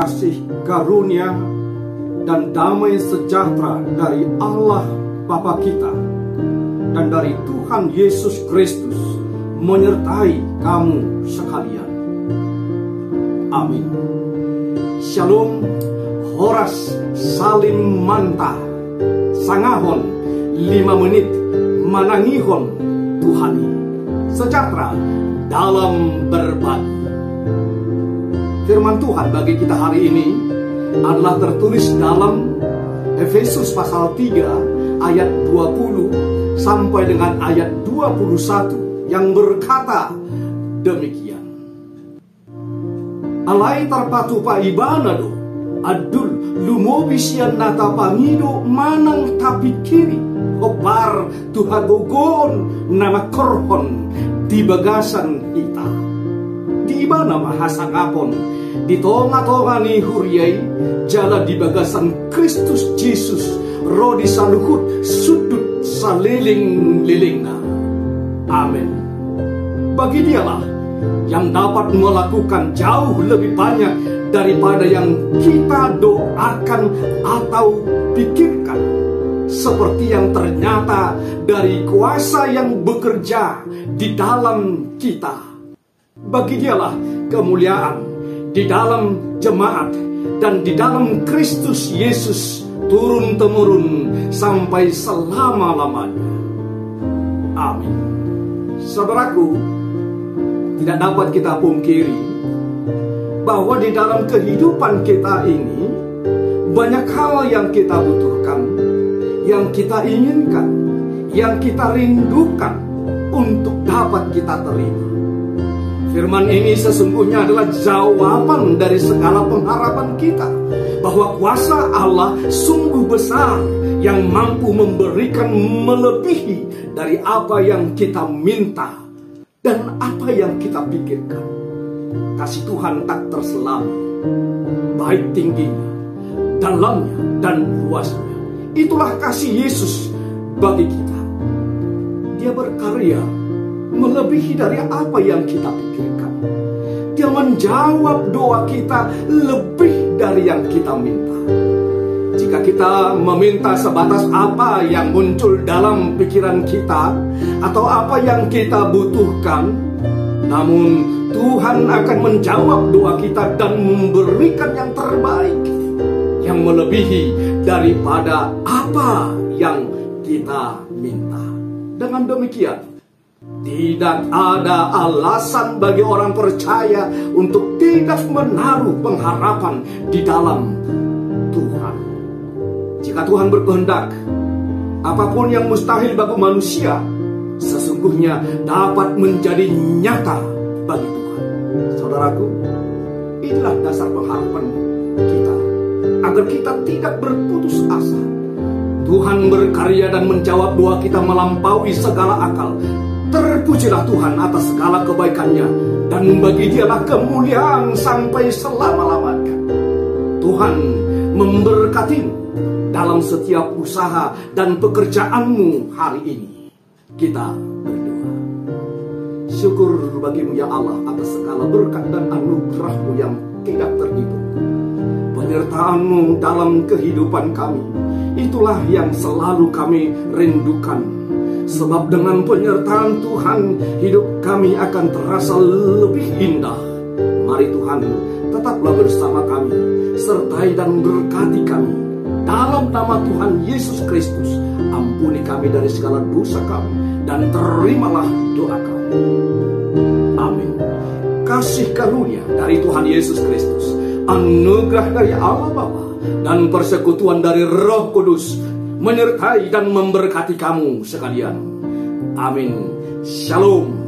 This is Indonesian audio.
kasih karunia dan damai sejahtera dari Allah Bapa kita dan dari Tuhan Yesus Kristus menyertai kamu sekalian. Amin. Shalom. Horas salim manta sangahon 5 menit manangihon Tuhani sejahtera dalam berbagi. Firman Tuhan bagi kita hari ini adalah tertulis dalam Efesus pasal 3 ayat 20 sampai dengan ayat 21 yang berkata demikian. Alai tarpatu pa ibanado adul lumobisian nata pangido manang tapi kiri obar tuhagogon nama korhon di bagasan ita di ibana mahasa ngapon di tonga-tonga ni huriai jala di bagasan Kristus Yesus rodi saluhut sudut saliling-lilingna. Amin. Bagi dialah yang dapat melakukan jauh lebih banyak daripada yang kita doakan atau pikirkan, seperti yang ternyata dari kuasa yang bekerja di dalam kita. Bagi dialah kemuliaan di dalam jemaat dan di dalam Kristus Yesus turun-temurun sampai selama-lamanya. Amin. Saudaraku, tidak dapat kita pungkiri bahwa di dalam kehidupan kita ini banyak hal yang kita butuhkan, yang kita inginkan, yang kita rindukan untuk dapat kita terima. Firman ini sesungguhnya adalah jawaban dari segala pengharapan kita bahwa kuasa Allah sungguh besar yang mampu memberikan melebihi dari apa yang kita minta dan apa yang kita pikirkan. Kasih Tuhan tak terselami, baik tingginya, dalamnya, dan luasnya. Itulah kasih Yesus bagi kita. Dia berkarya melebihi dari apa yang kita pikirkan. Dia menjawab doa kita lebih dari yang kita minta. Jika kita meminta sebatas apa yang muncul dalam pikiran kita atau apa yang kita butuhkan, namun Tuhan akan menjawab doa kita dan memberikan yang terbaik, yang melebihi daripada apa yang kita minta. Dengan demikian, tidak ada alasan bagi orang percaya untuk tidak menaruh pengharapan di dalam Tuhan. Jika Tuhan berkehendak, apapun yang mustahil bagi manusia sesungguhnya dapat menjadi nyata bagi Tuhan. Saudaraku, inilah dasar pengharapan kita agar kita tidak berputus asa. Tuhan berkarya dan menjawab doa kita melampaui segala akal. Terpujilah Tuhan atas segala kebaikannya, dan bagi Dialah kemuliaan sampai selama-lamanya. Tuhan memberkatimu dalam setiap usaha dan pekerjaanmu hari ini. Kita berdoa. Syukur bagimu ya Allah atas segala berkat dan anugerah-Mu yang tidak terhitung. Penyertaan-Mu dalam kehidupan kami, itulah yang selalu kami rindukan. Sebab dengan penyertaan Tuhan, hidup kami akan terasa lebih indah. Mari Tuhan, tetaplah bersama kami, sertai dan berkati kami. Dalam nama Tuhan Yesus Kristus, ampuni kami dari segala dosa kami, dan terimalah doa kami. Amin. Kasih karunia dari Tuhan Yesus Kristus, anugerah dari Allah Bapa, dan persekutuan dari Roh Kudus menyertai dan memberkati kamu sekalian. Amin. Shalom.